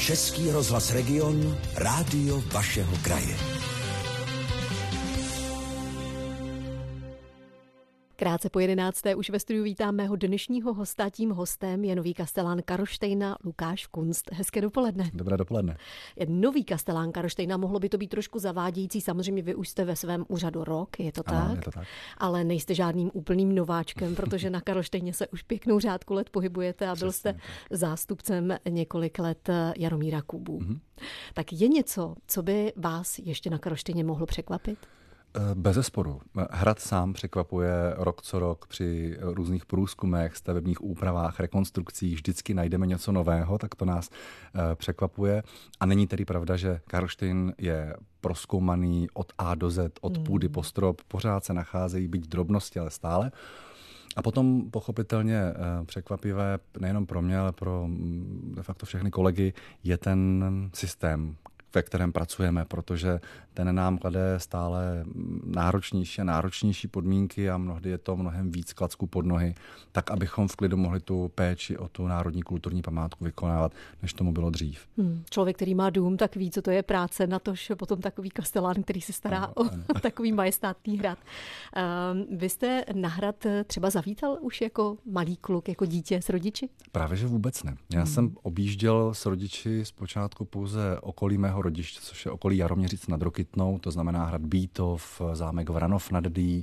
Český rozhlas Region, rádio vašeho kraje. Krátce po 11. už ve studiu vítám mého dnešního hosta. Tím hostem je nový kastelán Karlštejna Lukáš Kunst. Hezké dopoledne. Dobré dopoledne. Nový kastelán Karlštejna, mohlo by to být trošku zavádějící. Samozřejmě vy už jste ve svém úřadu rok, je to tak? Ano, je to tak. Ale nejste žádným úplným nováčkem, protože na Karlštejně se už pěknou řádku let pohybujete a byl jste zástupcem několik let Jaromíra Kubu. Mm-hmm. Tak je něco, co by vás ještě na Karlštejně mohlo překvapit? Bezesporu. Hrad sám překvapuje rok co rok při různých průzkumech, stavebních úpravách, rekonstrukcích. Vždycky najdeme něco nového, tak to nás překvapuje. A není tedy pravda, že Karlštejn je prozkoumaný od A do Z, od půdy po strop. Pořád se nacházejí, byť drobnosti, ale stále. A potom pochopitelně překvapivé nejenom pro mě, ale pro de facto všechny kolegy je ten systém, ve kterém pracujeme, protože ten nám klade stále náročnější a náročnější podmínky a mnohdy je to mnohem víc klacků pod nohy, tak abychom v klidu mohli tu péči o tu národní kulturní památku vykonávat, než tomu bylo dřív. Člověk, který má dům, tak ví, co to je práce, natož potom takový kastelán, který se stará o takový majestátný hrad. Vy jste na hrad třeba zavítal už jako malý kluk, jako dítě s rodiči? Právě, že vůbec ne. Já jsem objížděl s rodiči zpočátku pouze okolí mého rodiště, což je okolí Jaroměřic nad Rokytnou, to znamená hrad Bítov, zámek Vranov nad Dý.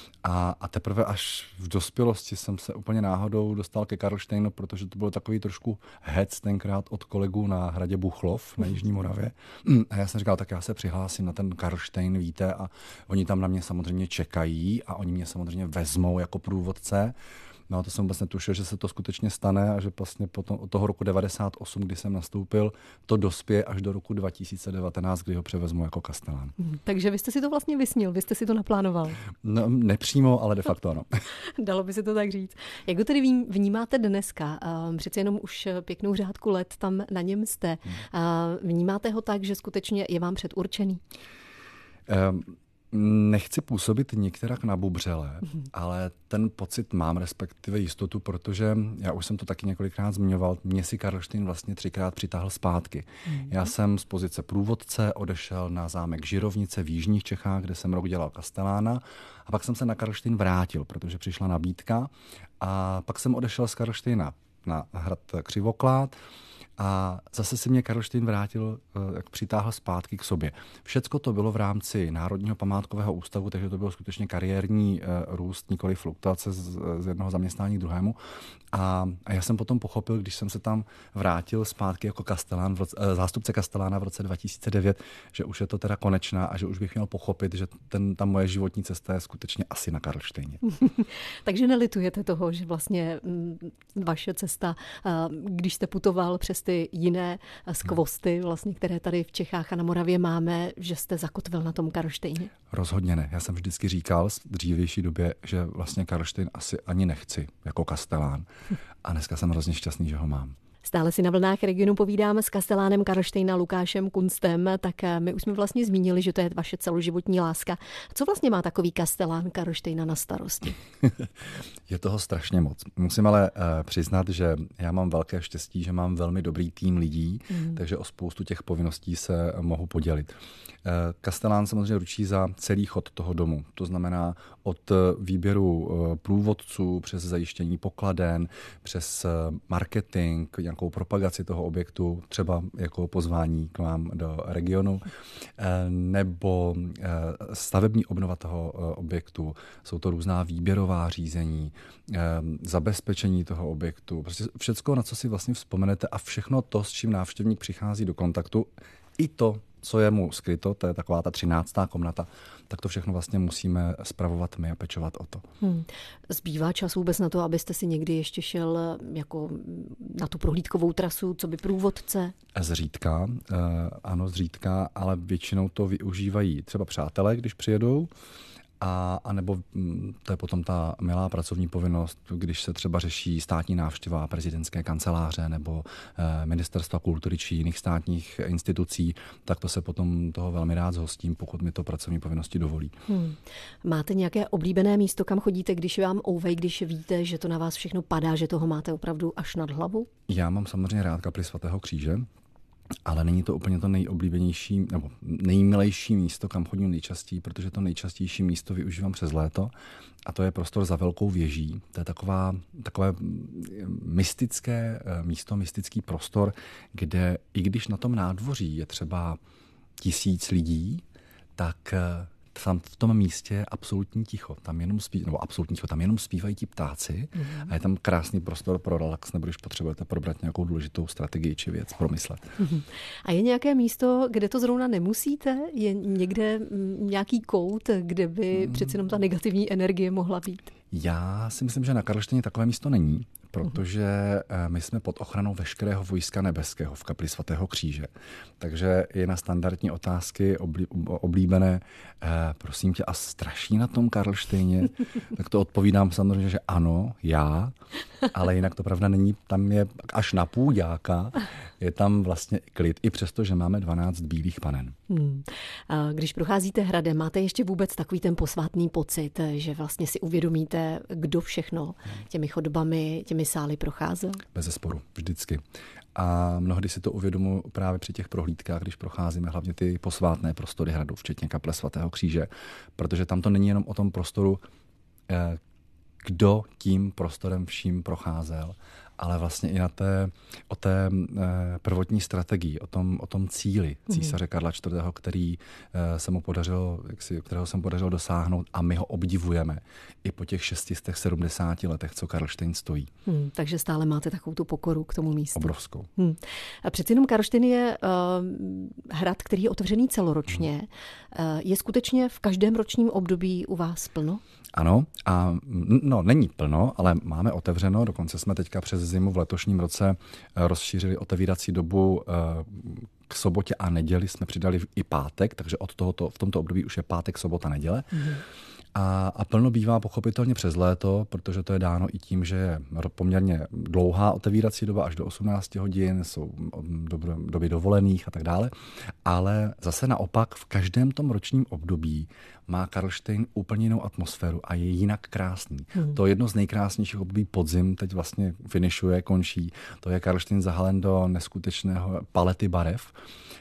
A teprve až v dospělosti jsem se úplně náhodou dostal ke Karlštejnu, protože to byl takový trošku hec tenkrát od kolegů na hradě Buchlov na Jižní Moravě. A já jsem říkal, tak já se přihlásím na ten Karlštejn, víte, a oni tam na mě samozřejmě čekají a oni mě samozřejmě vezmou jako průvodce. No to jsem vůbec netušil, že se to skutečně stane a že vlastně potom od toho roku 98, kdy jsem nastoupil, to dospěje až do roku 2019, kdy ho převezmu jako kastelán. Takže vy jste si to vlastně vysnil, vy jste si to naplánoval. No, nepřímo, ale de facto ano. Dalo by se to tak říct. Jak ho tedy vnímáte dneska? Přece jenom už pěknou řádku let tam na něm jste. Vnímáte ho tak, že skutečně je vám předurčený? Nechci působit některak nabubřele, ale ten pocit mám, respektive jistotu, protože já už jsem to taky několikrát zmiňoval, mě si Karlštejn vlastně 3krát přitáhl zpátky. Já jsem z pozice průvodce odešel na zámek Žirovnice v jižních Čechách, kde jsem rok dělal kastelána a pak jsem se na Karlštejn vrátil, protože přišla nabídka a pak jsem odešel z Karlštejna na hrad Křivoklád. A zase si mě Karlštejn vrátil, jak přitáhl zpátky k sobě. Všecko to bylo v rámci Národního památkového ústavu, takže to byl skutečně kariérní růst, nikoli fluktuace z jednoho zaměstnání k druhému. A já jsem potom pochopil, když jsem se tam vrátil zpátky jako kastelán, zástupce kastelána v roce 2009, že už je to teda konečná a že už bych měl pochopit, že ta moje životní cesta je skutečně asi na Karlštejně. Takže nelitujete toho, že vlastně vaše cesta, když jste putoval přes ty jiné skvosty, vlastně, které tady v Čechách a na Moravě máme, že jste zakotvil na tom Karlštejně? Rozhodně ne. Já jsem vždycky říkal v dřívější době, že vlastně Karlštejn asi ani nechci jako kastelán. A dneska jsem hrozně šťastný, že ho mám. Stále si na vlnách Regionu povídáme s kastelánem Karlštejna Lukášem Kunstem, tak my už jsme vlastně zmínili, že to je vaše celoživotní láska. Co vlastně má takový kastelán Karlštejna na starosti? Je toho strašně moc. Musím ale přiznat, že já mám velké štěstí, že mám velmi dobrý tým lidí, takže o spoustu těch povinností se mohu podělit. Kastelán samozřejmě ručí za celý chod toho domu. To znamená od výběru průvodců přes zajištění pokladen, přes marketing, nějakou propagaci toho objektu, třeba jako pozvání k vám do regionu, nebo stavební obnova toho objektu. Jsou to různá výběrová řízení, zabezpečení toho objektu. Prostě všecko, na co si vlastně vzpomenete a všechno to, s čím návštěvník přichází do kontaktu, i to, co je mu skryto, to je taková ta 13. komnata, tak to všechno vlastně musíme spravovat my a pečovat o to. Zbývá čas vůbec na to, abyste si někdy ještě šel jako na tu prohlídkovou trasu, co by průvodce? Zřídka, ano, zřídka, ale většinou to využívají třeba přátelé, když přijedou, a nebo to je potom ta milá pracovní povinnost, když se třeba řeší státní návštěva prezidentské kanceláře nebo ministerstva kultury či jiných státních institucí, tak to se potom toho velmi rád zhostím, pokud mi to pracovní povinnosti dovolí. Máte nějaké oblíbené místo, kam chodíte, když vám ouvej, když víte, že to na vás všechno padá, že toho máte opravdu až nad hlavu? Já mám samozřejmě rád kapli svatého Kříže. ale není to úplně to nejoblíbenější nebo nejmilejší místo, kam chodím nejčastěji, protože to nejčastější místo využívám přes léto a to je prostor za velkou věží. To je takové mystické místo, mystický prostor, kde i když na tom nádvoří je třeba 1000 lidí, tak tam v tom místě je absolutní ticho. Tam jenom zpívají ti ptáci a je tam krásný prostor pro relax, nebo když potřebujete probrat nějakou důležitou strategii či věc, promyslet. A je nějaké místo, kde to zrovna nemusíte? Je někde nějaký kout, kde by přeci jenom ta negativní energie mohla být? Já si myslím, že na Karlštejně takové místo není, protože my jsme pod ochranou veškerého vojska nebeského v kapli svatého Kříže. Takže je na standardní otázky oblíbené, prosím tě, a straší na tom Karlštejně? Tak to odpovídám samozřejmě, že ano, já, ale jinak to pravda není. Tam je až na půďáka, je tam vlastně klid, i přesto, že máme 12 bílých panen. A když procházíte hradem, máte ještě vůbec takový ten posvátný pocit, že vlastně si uvědomíte, kdo všechno těmi chodbami, těmi sály procházel? Bezesporu, vždycky. A mnohdy si to uvědomuji právě při těch prohlídkách, když procházíme hlavně ty posvátné prostory hradu, včetně kaple svatého Kříže, protože tam to není jenom o tom prostoru, kdo tím prostorem vším procházel, ale vlastně i o té prvotní strategii, o tom cíli císaře Karla IV., kterého se mu podařilo dosáhnout a my ho obdivujeme i po těch 670 letech, co Karlštejn stojí. Takže stále máte takovou tu pokoru k tomu místu. Obrovskou. A přeci jenom Karlštejn je hrad, který je otevřený celoročně. Je skutečně v každém ročním období u vás plno? Ano, není plno, ale máme otevřeno, dokonce jsme teďka přes zimu v letošním roce rozšířili otevírací dobu k sobotě a neděli, jsme přidali i pátek, takže v tomto období už je pátek, sobota, neděle. A plno bývá pochopitelně přes léto, protože to je dáno i tím, že je poměrně dlouhá otevírací doba až do 18 hodin, jsou doby dovolených a tak dále. Ale zase naopak v každém tom ročním období má Karlštejn úplně jinou atmosféru a je jinak krásný. To jedno z nejkrásnějších období podzim teď vlastně finišuje, končí. To je Karlštejn zahalen do neskutečného palety barev.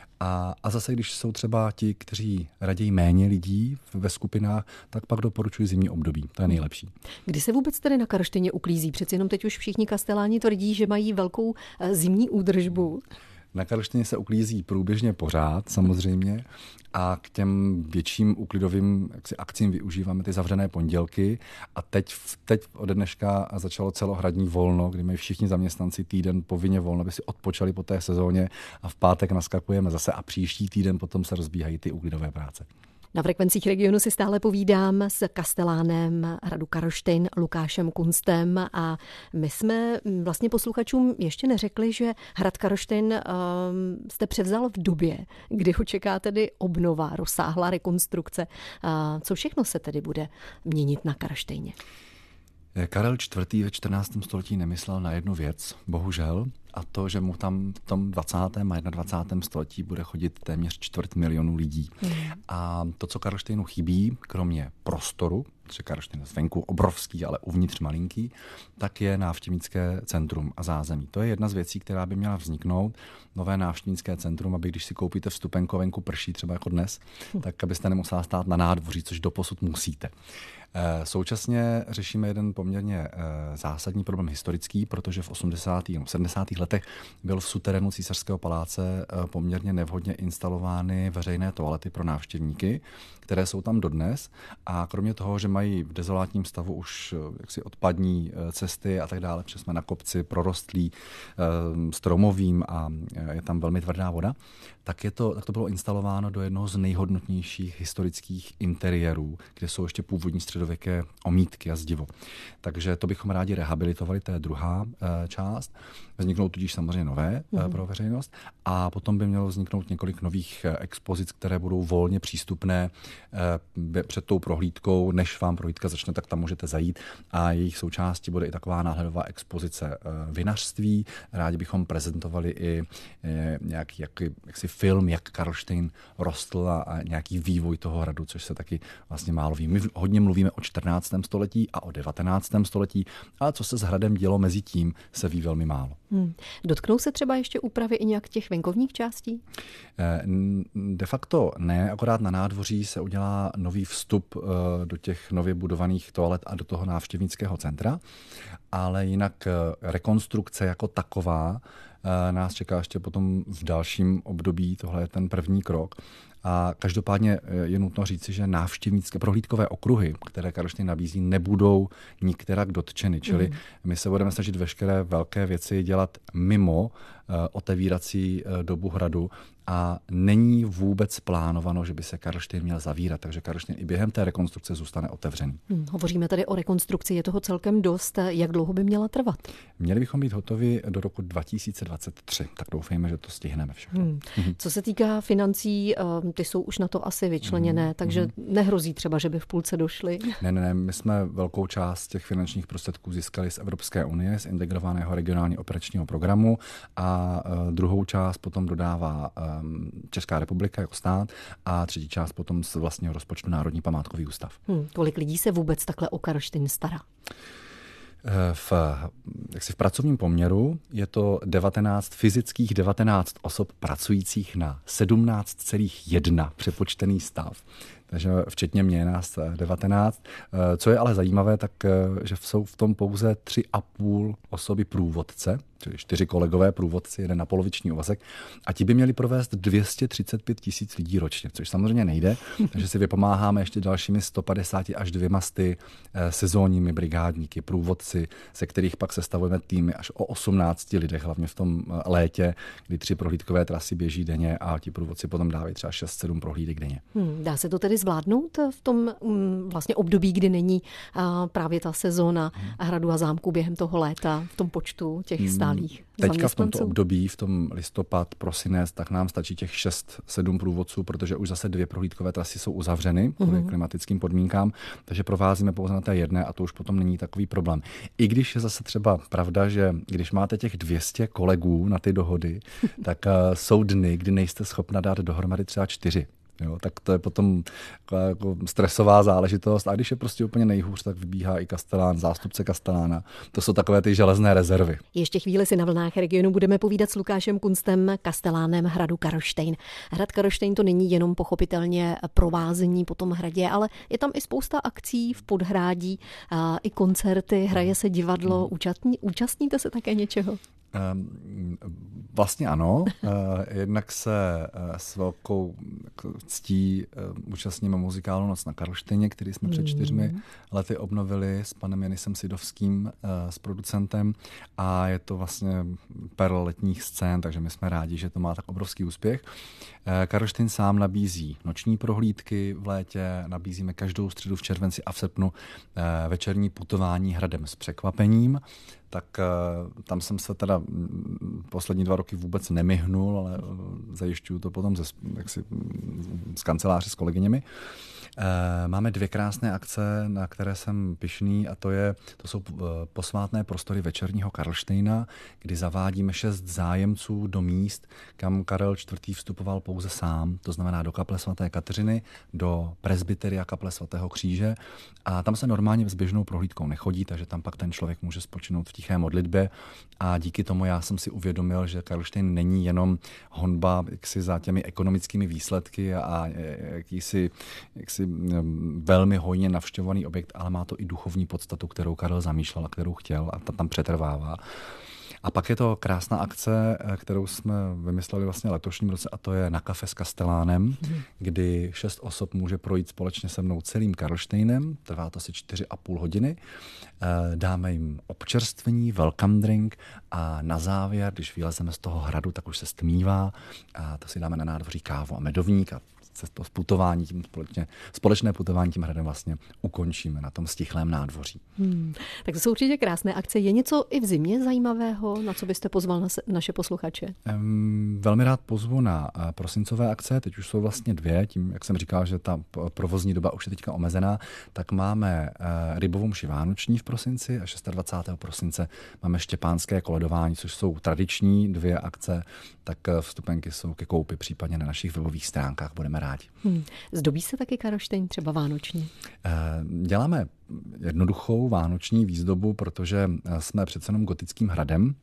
A zase, když jsou třeba ti, kteří raději méně lidí ve skupinách, tak pak doporučuji zimní období. To je nejlepší. Kdy se vůbec tady na Karlštejně uklízí? Přeci jenom teď už všichni kasteláni tvrdí, že mají velkou zimní údržbu. Na Karlštejně se uklízí průběžně pořád, samozřejmě, a k těm větším úklidovým akcím využíváme ty zavřené pondělky a teď ode dneška začalo celohradní volno, kdy mají všichni zaměstnanci týden povinně volno, aby si odpočali po té sezóně a v pátek naskakujeme zase a příští týden potom se rozbíhají ty úklidové práce. Na frekvencích regionu si stále povídám s kastelánem hradu Karlštejn Lukášem Kunstem a my jsme vlastně posluchačům ještě neřekli, že hrad Karlštejn jste převzal v době, kdy ho čeká tedy obnova, rozsáhlá rekonstrukce. Co všechno se tedy bude měnit na Karlštejně? Karel IV. Ve 14. století nemyslel na jednu věc, bohužel, a to, že mu tam v tom 20. a 21. století bude chodit téměř 250 000 lidí. A to, co Karlštejnu chybí, kromě prostoru, protože Karlštejn je zvenku obrovský, ale uvnitř malinký, tak je návštěvnické centrum a zázemí. To je jedna z věcí, která by měla vzniknout. Nové návštěvnické centrum, aby když si koupíte vstupenku, venku prší třeba jako dnes, tak abyste nemusela stát na nádvoří, což doposud musíte. Současně řešíme jeden poměrně zásadní problém historický, protože v 70. letech byl v suterénu císařského paláce poměrně nevhodně instalovány veřejné toalety pro návštěvníky, které jsou tam dodnes a kromě toho, že mají v dezolátním stavu už jaksi odpadní cesty a tak dále, protože jsme na kopci prorostlí stromovým a je tam velmi tvrdá voda, tak to bylo instalováno do jednoho z nejhodnotnějších historických interiérů, kde jsou ještě původní středověké omítky a zdivo. Takže to bychom rádi rehabilitovali, to je druhá část. Vzniknou tudíž samozřejmě nové pro veřejnost a potom by mělo vzniknout několik nových expozic, které budou volně přístupné před tou prohlídkou, než vám vám prohlídka začne, tak tam můžete zajít a jejich součástí bude i taková náhledová expozice vinařství. Rádi bychom prezentovali i nějaký jaksi film, jak Karlštejn rostl a nějaký vývoj toho hradu, což se taky vlastně málo ví. My hodně mluvíme o 14. století a o 19. století, ale co se s hradem dělo mezi tím, se ví velmi málo. Dotknou se třeba ještě úpravy i nějak těch venkovních částí? De facto ne, akorát na nádvoří se udělá nový vstup do těch nově budovaných toalet a do toho návštěvnického centra, ale jinak rekonstrukce jako taková nás čeká ještě potom v dalším období, tohle je ten první krok. A každopádně je nutno říci, že návštěvnické prohlídkové okruhy, které Karlštejn nabízí, nebudou nikterak dotčeny. Čili my se budeme snažit veškeré velké věci dělat mimo otevírací dobu hradu a není vůbec plánováno, že by se Karlštejn měl zavírat, takže Karlštejn i během té rekonstrukce zůstane otevřený. Hovoříme tady o rekonstrukci, je toho celkem dost. Jak dlouho by měla trvat? Měli bychom být hotovi do roku 2023, tak doufejme, že to stihneme všechno. Co se týká financí, ty jsou už na to asi vyčleněné, takže nehrozí třeba, že by v půlce došly? Ne, my jsme velkou část těch finančních prostředků získali z Evropské unie, z integrovaného regionálního operačního programu a druhou část potom dodává Česká republika jako stát a třetí část potom z vlastního rozpočtu Národní památkový ústav. Kolik lidí se vůbec takhle o Karlštejn stará? V pracovním poměru je to 19 osob pracujících na 17,1 přepočtený stav. Takže včetně mě nás 19. Co je ale zajímavé, tak že jsou v tom pouze 3,5 osoby průvodce, čili 4 kolegové průvodci, jeden na poloviční úvazek, a ti by měli provést 235 000 lidí ročně, což samozřejmě nejde, takže si vypomáháme ještě dalšími 150 až 200 sezónními brigádníky, průvodci, ze kterých pak sestavujeme týmy až o 18 lidech, hlavně v tom létě, kdy 3 prohlídkové trasy běží denně a ti průvodci potom dávají třeba 6-7 prohlídek denně. Dá se to tedy zvládnout v tom vlastně období, kdy není právě ta sezóna hradu a zámku během toho léta v tom počtu těch stálých Teďka v tomto období, v tom listopad, prosinec, tak nám stačí těch 6-7 průvodců, protože už zase 2 prohlídkové trasy jsou uzavřeny kvůli klimatickým podmínkám, takže provázíme pouze na té jedné a to už potom není takový problém. I když je zase třeba pravda, že když máte těch 200 kolegů na ty dohody, tak jsou dny, kdy nejste schopna dát dohromady třeba 4. Jo, tak to je potom jako stresová záležitost. A když je prostě úplně nejhůř, tak vybíhá i kastelán, zástupce kastelána. To jsou takové ty železné rezervy. Ještě chvíli si na vlnách regionu budeme povídat s Lukášem Kunstem, kastelánem hradu Karlštejn. Hrad Karlštejn to není jenom pochopitelně provázení po tom hradě, ale je tam i spousta akcí v podhrádí, i koncerty, hraje se divadlo. Účastníte se také něčeho? Vlastně ano. Jednak se s velkou ctí účastníme muzikálu Noc na Karlštejně, který jsme před 4 lety obnovili s panem Janisem Sidovským, s producentem, a je to vlastně perl letních scén, takže my jsme rádi, že to má tak obrovský úspěch. Karlštejn sám nabízí noční prohlídky v létě, nabízíme každou středu v červenci a v srpnu večerní putování hradem s překvapením. Tak tam jsem se teda poslední 2 roky vůbec nemyhnul, ale zajišťuju to potom z kanceláře s kolegyněmi. Máme 2 krásné akce, na které jsem pyšný, a to jsou posvátné prostory večerního Karlštejna, kdy zavádíme 6 zájemců do míst, kam Karel IV. Vstupoval pouze sám, to znamená do kaple svaté Kateřiny, do presbyteria kaple svatého Kříže, a tam se normálně s běžnou prohlídkou nechodí, takže tam pak ten člověk může spočinout v tiché modlitbě, a díky tomu já jsem si uvědomil, že Karlštejn není jenom honba za těmi ekonomickými výsledky a jakýsi velmi hojně navštěvovaný objekt, ale má to i duchovní podstatu, kterou Karel zamýšlel a kterou chtěl, a ta tam přetrvává. A pak je to krásná akce, kterou jsme vymysleli vlastně letošním roce, a to je Na kafe s kastelánem, kdy 6 osob může projít společně se mnou celým Karlštejnem, trvá to asi 4,5 hodiny. Dáme jim občerstvení, welcome drink, a na závěr, když vylezeme z toho hradu, tak už se stmívá, a to si dáme na nádvoří kávu a medovník, a putování, společné putování tím hradem vlastně ukončíme na tom stichlém nádvoří. Tak to jsou určitě krásné akce. Je něco i v zimě zajímavého, na co byste pozval naše posluchače? Velmi rád pozvu na prosincové akce, teď už jsou vlastně 2, tím, jak jsem říkal, že ta provozní doba už je teďka omezená, tak máme rybovou mši vánoční v prosinci a 26. prosince máme štěpánské koledování, což jsou tradiční 2 akce, tak vstupenky jsou ke koupi případně na našich webových stránkách, budeme rádi. Zdobí se taky Karlštejn třeba vánočně? Děláme jednoduchou vánoční výzdobu, protože jsme přece jenom gotickým hradem,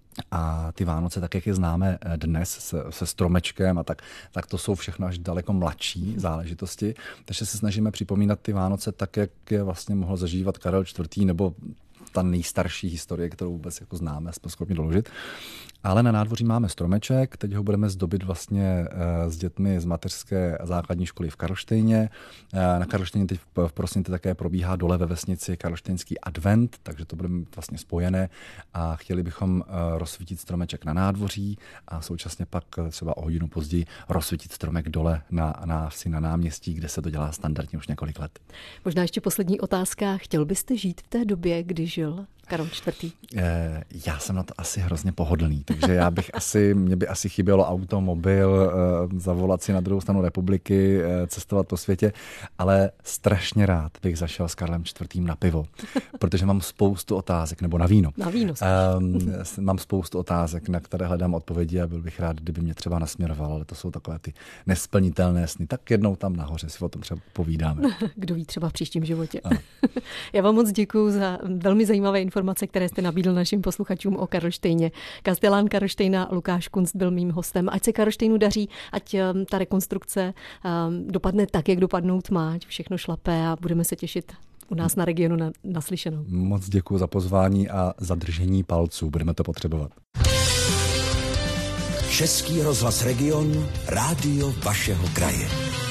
a ty Vánoce, tak jak je známe dnes se stromečkem a tak to jsou všechno až daleko mladší záležitosti. Takže se snažíme připomínat ty Vánoce tak, jak je vlastně mohl zažívat Karel IV. Nebo ta nejstarší historie, kterou vůbec jako známe, jsme schopni doložit. Ale na nádvoří máme stromeček, teď ho budeme zdobit vlastně s dětmi z mateřské a základní školy v Karlštejně. Na Karlštejně teď v prosinci také probíhá dole ve vesnici Karlštejnský advent, takže to budeme vlastně spojené a chtěli bychom rozsvítit stromeček na nádvoří a současně pak třeba o hodinu později rozsvítit stromek dole na vsi na náměstí, kde se to dělá standardně už několik let. Možná ještě poslední otázka. Chtěl byste žít v té době, kdy žil Karel IV? Já jsem na to asi hrozně pohodlný, takže mě by asi chybělo automobil, zavolat si na druhou stranu republiky, cestovat po světě, ale strašně rád bych zašel s Karlem IV. Na pivo, protože mám spoustu otázek, nebo na víno. Na víno. Mám spoustu otázek, na které hledám odpovědi a byl bych rád, kdyby mě třeba nasměroval, ale to jsou takové ty nesplnitelné sny. Tak jednou tam nahoře si o tom třeba povídáme. Kdo ví, třeba v příštím životě. Já vám moc děkuju za velmi zajímavé informace, které jste nabídl našim posluchačům o Karlštejně. Kastelán Karlštejna Lukáš Kunst byl mým hostem. Ať se Karlštejnu daří, ať ta rekonstrukce dopadne tak, jak dopadnout má, ať všechno šlape a budeme se těšit u nás na regionu naslyšenou. Moc děkuji za pozvání a za držení palců. Budeme to potřebovat. Český rozhlas Region, rádio vašeho kraje.